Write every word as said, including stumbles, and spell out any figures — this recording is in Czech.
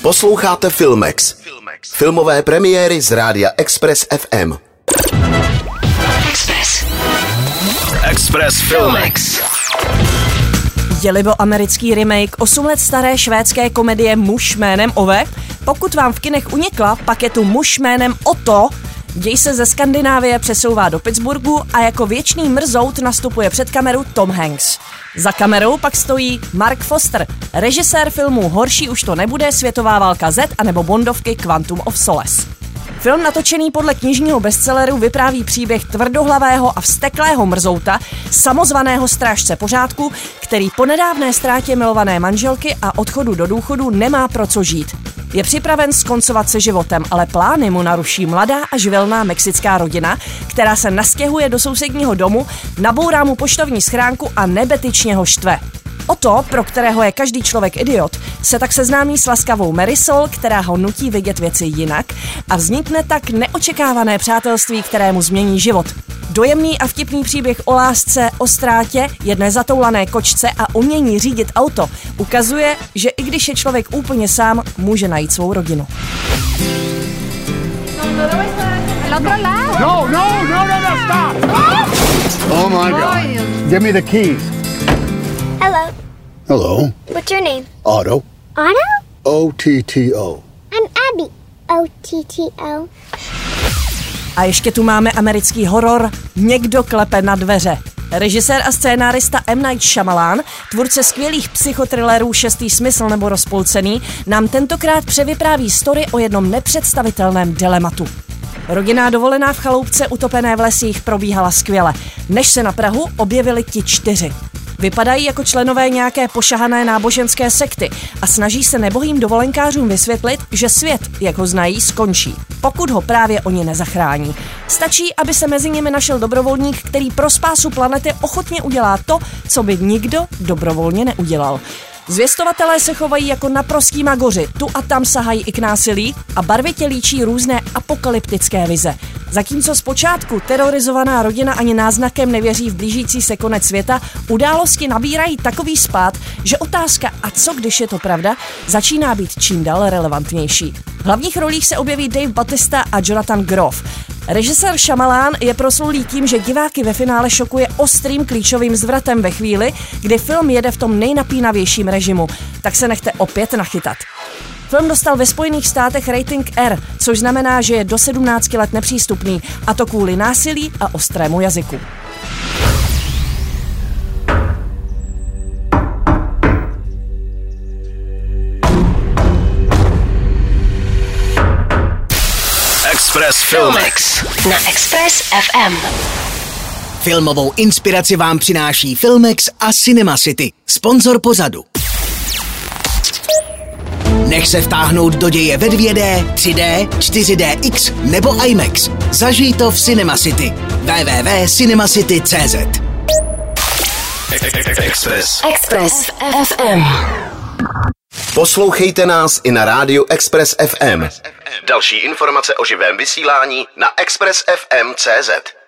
Posloucháte Filmex. Filmové premiéry z rádia Express F M. Express. Express Filmex. Dělibo-americký remake osm let staré švédské komedie Muž jménem Ove. Pokud vám v kinech unikla, pak je tu Muž jménem Otto. Děj se ze Skandinávie přesouvá do Pittsburghu a jako věčný mrzout nastupuje před kameru Tom Hanks. Za kamerou pak stojí Mark Foster, režisér filmů Horší už to nebude, Světová válka Z anebo Bondovky Quantum of Solace. Film natočený podle knižního bestselleru vypráví příběh tvrdohlavého a vzteklého mrzouta, samozvaného strážce pořádku, který po nedávné ztrátě milované manželky a odchodu do důchodu nemá pro co žít. Je připraven skoncovat se životem, ale plány mu naruší mladá a živelná mexická rodina, která se nastěhuje do sousedního domu, nabourá mu poštovní schránku a nebetyčně ho štve. Otto, pro kterého je každý člověk idiot, se tak seznámí s laskavou Marisol, která ho nutí vidět věci jinak a vznikne tak neočekávané přátelství, kterému změní život. Dojemný a vtipný příběh o lásce, o ztrátě, jedné zatoulané kočce a umění řídit auto ukazuje, že i když je člověk úplně sám, může najít svou rodinu. No, no, no, no, no, stop! Oh my God. Give me the keys. Hello. Hello. What's your name? Otto. Otto? O T T O. I'm Abby. O T T O. A ještě tu máme americký horor Někdo klepe na dveře. Režisér a scénárista M. Night Shyamalan, tvůrce skvělých psychothrillerů Šestý smysl nebo Rozpolcený, nám tentokrát převypráví story o jednom nepředstavitelném dilematu. Rodinná dovolená v chaloupce utopené v lesích probíhala skvěle, než se na prahu objevili ti čtyři. Vypadají jako členové nějaké pošahané náboženské sekty a snaží se nebohým dovolenkářům vysvětlit, že svět, jak ho znají, skončí, pokud ho právě oni nezachrání. Stačí, aby se mezi nimi našel dobrovolník, který pro spásu planety ochotně udělá to, co by nikdo dobrovolně neudělal. Zvěstovatelé se chovají jako naprostí magoři, tu a tam sahají i k násilí a barvitě líčí různé apokalyptické vize. Zatímco zpočátku terorizovaná rodina ani náznakem nevěří v blížící se konec světa, události nabírají takový spád, že otázka a co když je to pravda, začíná být čím dál relevantnější. V hlavních rolích se objeví Dave Bautista a Jonathan Groff. Režisér Shyamalan je proslulý tím, že diváky ve finále šokuje ostrým klíčovým zvratem ve chvíli, kdy film jede v tom nejnapínavějším režimu, tak se nechte opět nachytat. Film dostal ve Spojených státech rating R, což znamená, že je do sedmnácti let nepřístupný, a to kvůli násilí a ostrému jazyku. Express Filmex na Express F M. Filmovou inspiraci vám přináší Filmex a Cinema City, sponzor pořadu. Nech se vtáhnout do děje ve dvě dé, tři dé, čtyři dé X nebo IMAX. Zažij to v Cinema City. w w w tečka cinemacity tečka c z. Express. Express F M. Poslouchejte nás i na rádiu Express F M. Další informace o živém vysílání na express f m tečka c z.